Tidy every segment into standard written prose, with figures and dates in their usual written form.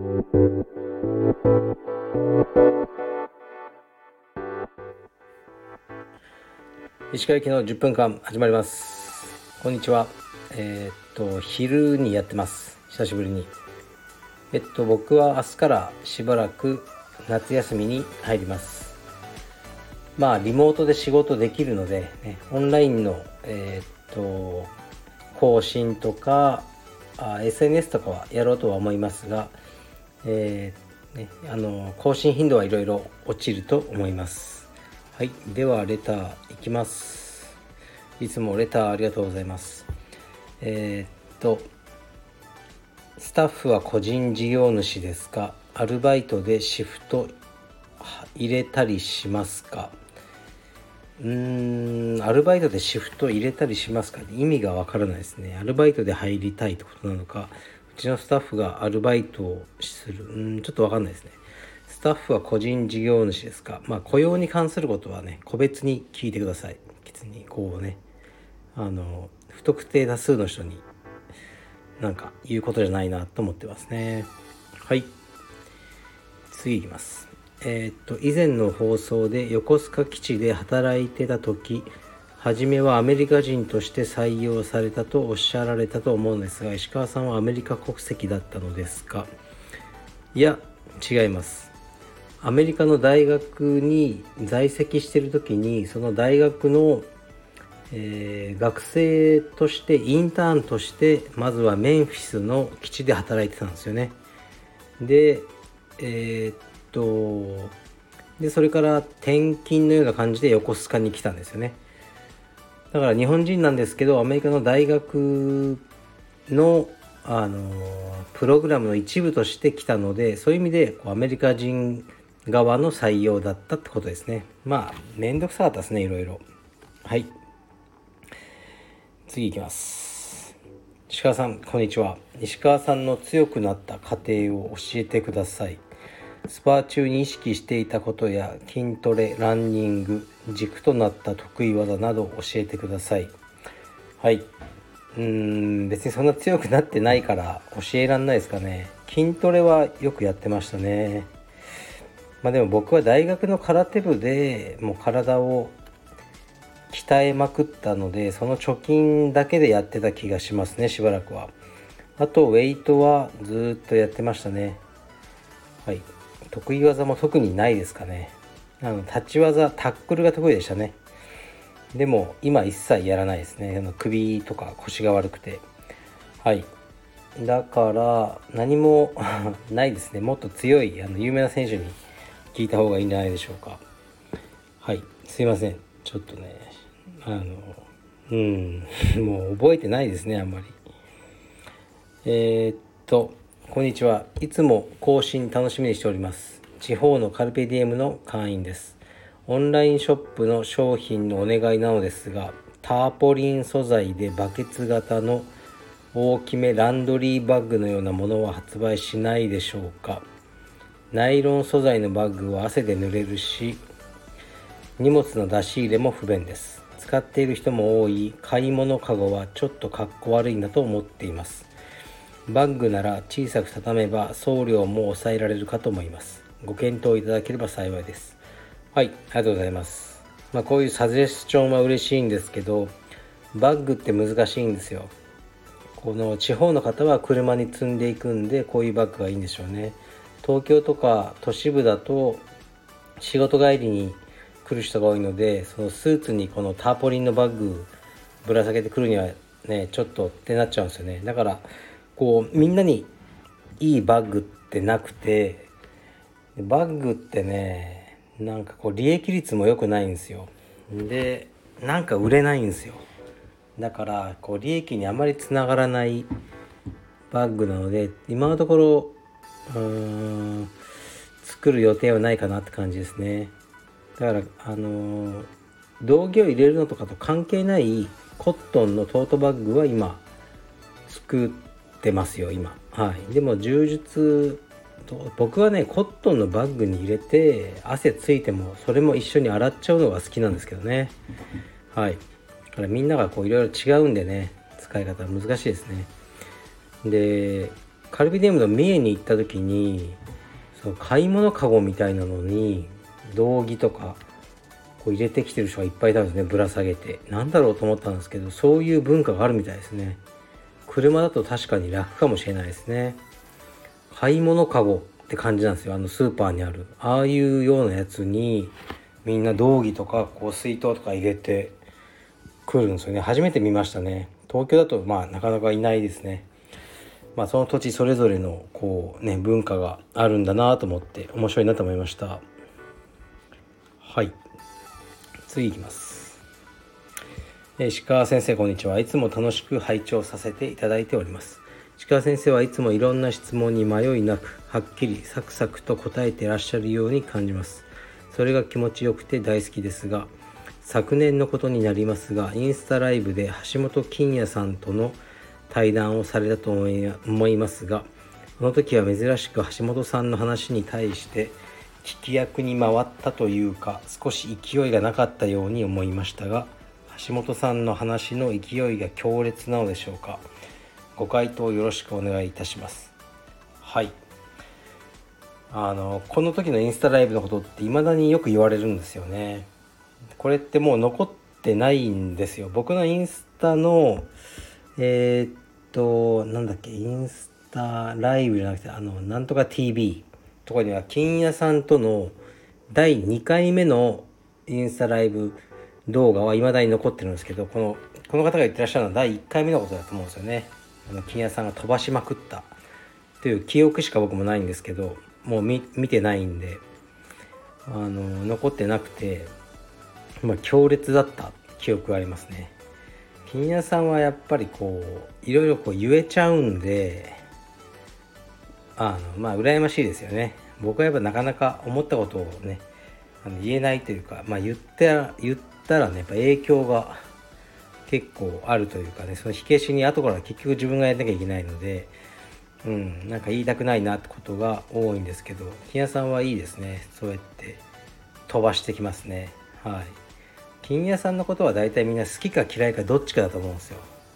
石川行きの10分間始まります。こんにちは。昼にやってます。久しぶりに。僕は明日からしばらく夏休みに入ります。リモートで仕事できるので、オンラインの更新とかSNS とかはやろうとは思いますが、更新頻度はいろいろ落ちると思います。はい、ではレターいきます。いつもレターありがとうございます。スタッフは個人事業主ですか？アルバイトでシフト入れたりしますか？アルバイトでシフト入れたりしますか？意味がわからないですね。アルバイトで入りたいってことなのか、うちのスタッフがアルバイトをする、ちょっとわかんないですね。スタッフは個人事業主ですか？雇用に関することはね、個別に聞いてください。別に不特定多数の人に言うことじゃないなと思ってますね。はい、次いきます。以前の放送で横須賀基地で働いてた時、初めはアメリカ人として採用されたとおっしゃられたと思うんですが、石川さんはアメリカ国籍だったのですか？いや、違います。アメリカの大学に在籍している時に、その大学の、学生としてインターンとしてまずはメンフィスの基地で働いてたんですよね。でそれから転勤のような感じで横須賀に来たんですよね。だから日本人なんですけど、アメリカの大学のプログラムの一部として来たので、そういう意味でアメリカ人側の採用だったってことですね。めんどくさかったですね、いろいろ。はい、次いきます。石川さん、こんにちは。石川さんの強くなった過程を教えてください。スパー中に意識していたことや筋トレ、ランニング、軸となった得意技など教えてください。はい、別にそんな強くなってないから教えらんないですかね。筋トレはよくやってましたね。でも僕は大学の空手部でもう体を鍛えまくったので、その貯金だけでやってた気がしますね、しばらくは。あとウェイトはずっとやってましたね。はい、得意技も特にないですかね。立ち技、タックルが得意でしたね。でも今一切やらないですね。首とか腰が悪くて。はい、だから何もないですね。もっと強い有名な選手に聞いた方がいいんじゃないでしょうか。はい、すいません。ちょっとね、もう覚えてないですね、あんまり。こんにちは。いつも更新楽しみにしております。地方のカルペディエムの会員です。オンラインショップの商品のお願いなのですが、ターポリン素材でバケツ型の大きめランドリーバッグのようなものは発売しないでしょうか？ナイロン素材のバッグは汗で濡れるし、荷物の出し入れも不便です。使っている人も多い買い物かごはちょっとかっこ悪いなと思っています。バッグなら小さく畳めば送料も抑えられるかと思います。ご検討いただければ幸いです。はい、ありがとうございます。こういうサジェスチョンは嬉しいんですけど、バッグって難しいんですよ。この地方の方は車に積んでいくんで、こういうバッグがいいんでしょうね。東京とか都市部だと仕事帰りに来る人が多いので、そのスーツにこのターポリンのバッグぶら下げてくるにはね、ちょっとってなっちゃうんですよね。だからみんなにいいバッグってなくて、バッグってね、利益率も良くないんですよ。で、売れないんですよ。だから利益にあまりつながらないバッグなので、今のところ作る予定はないかなって感じですね。だから道着を入れるのとかと関係ないコットンのトートバッグは今作ってますよ、今。はい。でも柔術と、僕はねコットンのバッグに入れて汗ついてもそれも一緒に洗っちゃうのが好きなんですけどね。はい。だからみんながいろいろ違うんでね、使い方難しいですね。で、 カルビディウムの三重に行った時に、その買い物カゴみたいなのに道着とかこう入れてきてる人がいっぱいいたんですね。ぶら下げて、なんだろうと思ったんですけど、そういう文化があるみたいですね。車だと確かに楽かもしれないですね。買い物カゴって感じなんですよ。スーパーにあるああいうようなやつにみんな道着とかこう水筒とか入れてくるんですよね。初めて見ましたね。東京だとなかなかいないですね。その土地それぞれのこうね文化があるんだなと思って面白いなと思いました。はい、次いきます。石川先生こんにちは。いつも楽しく拝聴させていただいております。石川先生はいつもいろんな質問に迷いなくはっきりサクサクと答えていらっしゃるように感じます。それが気持ちよくて大好きですが、昨年のことになりますが、インスタライブで橋本金也さんとの対談をされたと思いますが、この時は珍しく橋本さんの話に対して聞き役に回ったというか、少し勢いがなかったように思いましたが、橋本さんの話の勢いが強烈なのでしょうか。ご回答よろしくお願いいたします。はい、この時のインスタライブのことって未だによく言われるんですよね。これってもう残ってないんですよ。僕のインスタのなんだっけ、インスタライブじゃなくてなんとか TV とかには金谷さんとの第2回目のインスタライブ動画は未だに残ってるんですけど、この方が言ってらっしゃるのは第1回目のことだと思うんですよね。金谷さんが飛ばしまくったという記憶しか僕もないんですけど、もう見てないんで残ってなくて、強烈だった記憶がありますね。金谷さんはやっぱりこういろいろこう言えちゃうんで、羨ましいですよね。僕はやっぱなかなか思ったことをね言えないというか、言ったらねやっぱ影響が結構あるというかね、その火消しに後から結局自分がやんなきゃいけないので、なんか言いたくないなってことが多いんですけど、金谷さんはいいですね。そうやって飛ばしてきますね。はい。金谷さんのことは大体みんな好きか嫌いかどっちかだと思うんですよ。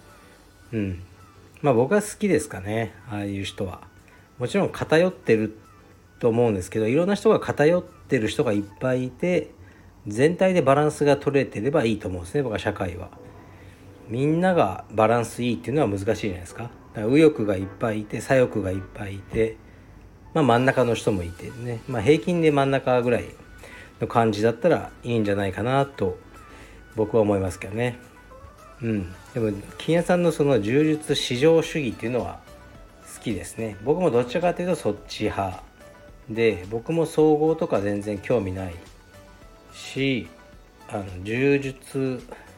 僕は好きですかね。ああいう人はもちろん偏ってると思うんですけど、いろんな人が偏ってる人がいっぱいいて、全体でバランスが取れてればいいと思うんですね。僕は社会はみんながバランスいいっていうのは難しいじゃないですか。だから右翼がいっぱいいて左翼がいっぱいいて、真ん中の人もいてね、平均で真ん中ぐらいの感じだったらいいんじゃないかなと僕は思いますけどね。でも金谷さんのその柔術至上主義っていうのは好きですね。僕もどちらかというとそっち派で、僕も総合とか全然興味ないし、柔術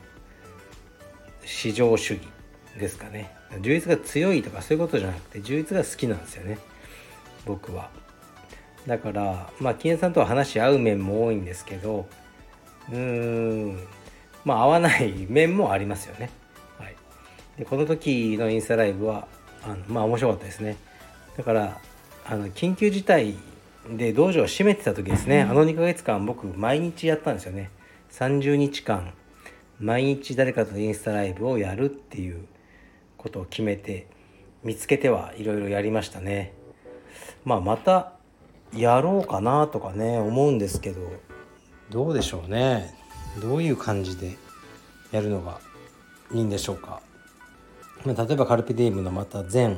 至上主義ですかね。柔術が強いとかそういうことじゃなくて、柔術が好きなんですよね、僕は。だから金谷さんとは話し合う面も多いんですけど、合わない面もありますよね。はい、でこの時のインスタライブは面白かったですね。だから緊急事態で道場を閉めてた時ですね、2ヶ月間僕毎日やったんですよね。30日間毎日誰かとインスタライブをやるっていうことを決めて、見つけてはいろいろやりましたね。またやろうかなとかね思うんですけど、どうでしょうね。どういう感じでやるのがいいんでしょうか。例えばカルピディウムのまた全、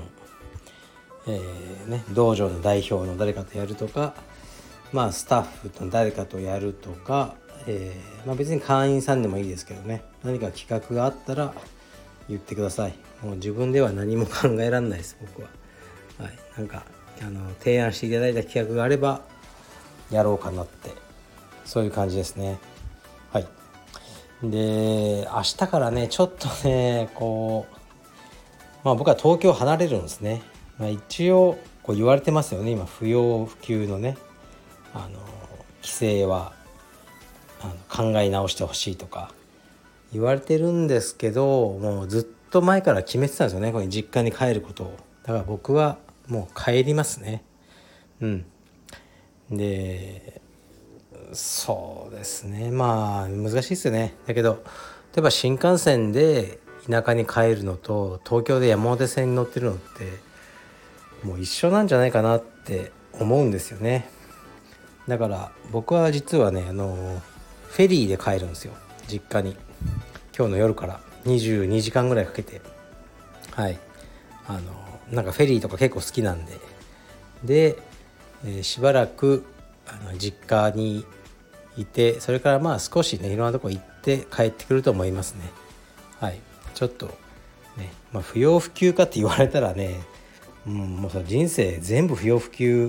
道場の代表の誰かとやるとか、スタッフと誰かとやるとか、別に会員さんでもいいですけどね、何か企画があったら言ってください。もう自分では何も考えられないです僕は。はい、なんか提案していただいた企画があればやろうかなって、そういう感じですね。はい。で明日からねちょっとね僕は東京離れるんですね。一応こう言われてますよね、今不要不急のね規制は考え直してほしいとか言われてるんですけど、もうずっと前から決めてたんですよね、この実家に帰ることを。だから僕はもう帰りますね。でそうですね、難しいですよね。だけど例えば新幹線で田舎に帰るのと東京で山手線に乗ってるのってもう一緒なんじゃないかなって思うんですよね。だから僕は実はねフェリーで帰るんですよ、実家に。今日の夜から22時間ぐらいかけて、はいなんかフェリーとか結構好きなんで、しばらく実家にいて、それからまあ少しねいろんなとこ行って帰ってくると思いますね。はい、ちょっとね、不要不急かって言われたらね、もうその人生全部不要不急、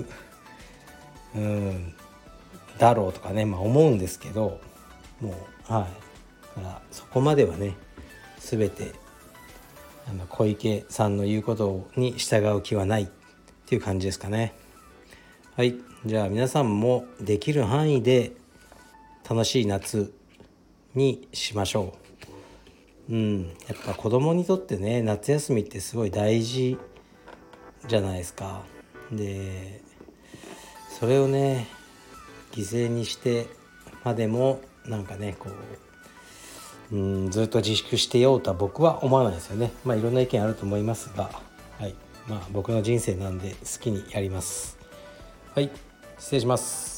だろうとかね、思うんですけど、もうだからそこまではね全て小池さんの言うことに従う気はないっていう感じですかね。はい、じゃあ皆さんもできる範囲で楽しい夏にしましょう。やっぱ子供にとってね、夏休みってすごい大事じゃないですか。でそれをね犠牲にしてまでもなんかねずっと自粛してようとは僕は思わないですよね。いろんな意見あると思いますが、僕の人生なんで好きにやります。はい、失礼します。